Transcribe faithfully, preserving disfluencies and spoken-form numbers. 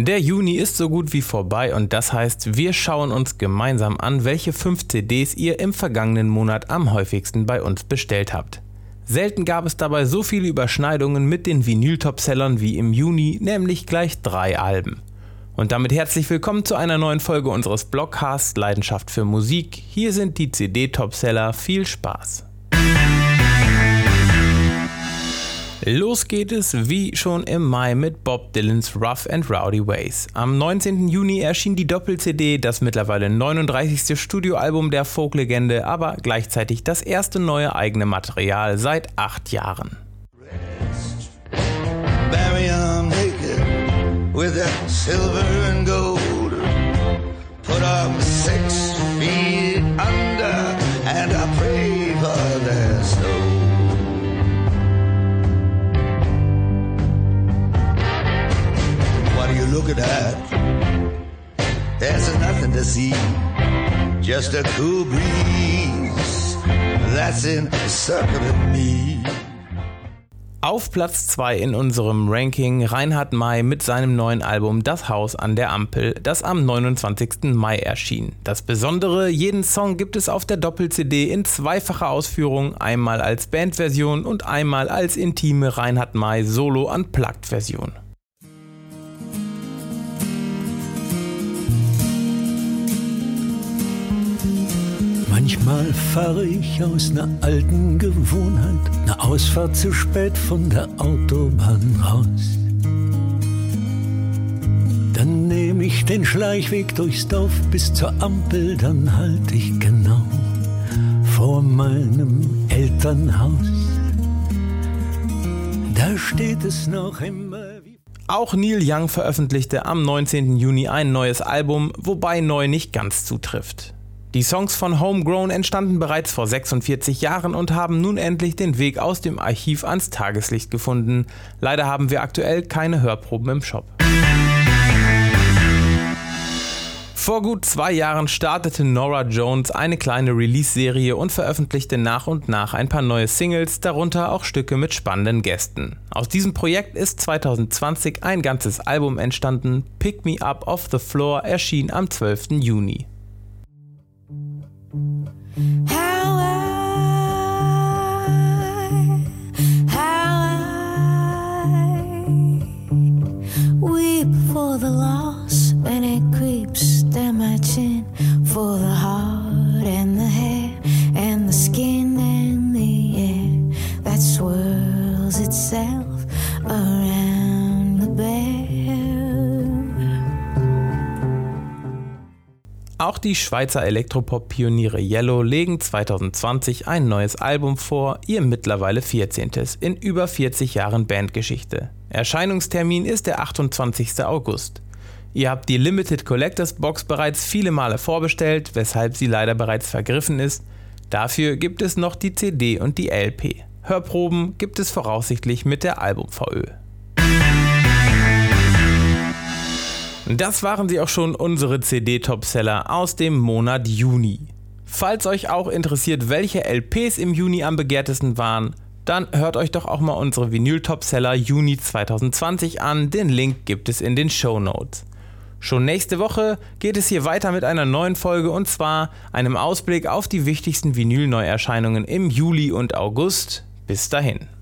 Der Juni ist so gut wie vorbei und das heißt, wir schauen uns gemeinsam an, welche fünf C Ds ihr im vergangenen Monat am häufigsten bei uns bestellt habt. Selten gab es dabei so viele Überschneidungen mit den Vinyl-Topsellern wie im Juni, nämlich gleich drei Alben. Und damit herzlich willkommen zu einer neuen Folge unseres Blogcasts Leidenschaft für Musik. Hier sind die C D-Topseller, viel Spaß! Los geht es wie schon im Mai mit Bob Dylans Rough and Rowdy Ways. Am neunzehnten Juni erschien die Doppel-C D, das mittlerweile neununddreißigste Studioalbum der Folklegende, aber gleichzeitig das erste neue eigene Material seit acht Jahren. Look at that, there's nothing to see, just a cool breeze that's encircling me. Auf Platz zwei in unserem Ranking Reinhard Mey mit seinem neuen Album Das Haus an der Ampel, das am neunundzwanzigsten Mai erschien. Das Besondere, jeden Song gibt es auf der Doppel-C D in zweifacher Ausführung, einmal als Bandversion und einmal als intime Reinhard Mey Solo-Unplugged-Version. Manchmal fahre ich aus ner alten Gewohnheit, ne Ausfahrt zu spät von der Autobahn raus. Dann nehme ich den Schleichweg durchs Dorf bis zur Ampel, dann halt ich genau vor meinem Elternhaus. Da steht es noch immer wie... Auch Neil Young veröffentlichte am neunzehnten Juni ein neues Album, wobei neu nicht ganz zutrifft. Die Songs von Homegrown entstanden bereits vor sechsundvierzig Jahren und haben nun endlich den Weg aus dem Archiv ans Tageslicht gefunden. Leider haben wir aktuell keine Hörproben im Shop. Vor gut zwei Jahren startete Norah Jones eine kleine Release-Serie und veröffentlichte nach und nach ein paar neue Singles, darunter auch Stücke mit spannenden Gästen. Aus diesem Projekt ist zweitausendzwanzig ein ganzes Album entstanden. Pick Me Up Off the Floor erschien am zwölften Juni. How I, how I weep for the loss when it creeps down my chin, for the heart and the hair and the skin and the air that swirls itself around the bear. Auch die Schweizer Elektropop-Pioniere Yellow legen zweitausendzwanzig ein neues Album vor, ihr mittlerweile vierzehntes in über vierzig Jahren Bandgeschichte. Erscheinungstermin ist der achtundzwanzigsten August. Ihr habt die Limited Collectors Box bereits viele Male vorbestellt, weshalb sie leider bereits vergriffen ist. Dafür gibt es noch die C D und die L P. Hörproben gibt es voraussichtlich mit der Album-V Ö. Das waren sie auch schon, unsere C D-Topseller aus dem Monat Juni. Falls euch auch interessiert, welche L Ps im Juni am begehrtesten waren, dann hört euch doch auch mal unsere Vinyl-Topseller Juni zweitausendzwanzig an, den Link gibt es in den Shownotes. Schon nächste Woche geht es hier weiter mit einer neuen Folge und zwar einem Ausblick auf die wichtigsten Vinyl-Neuerscheinungen im Juli und August. Bis dahin.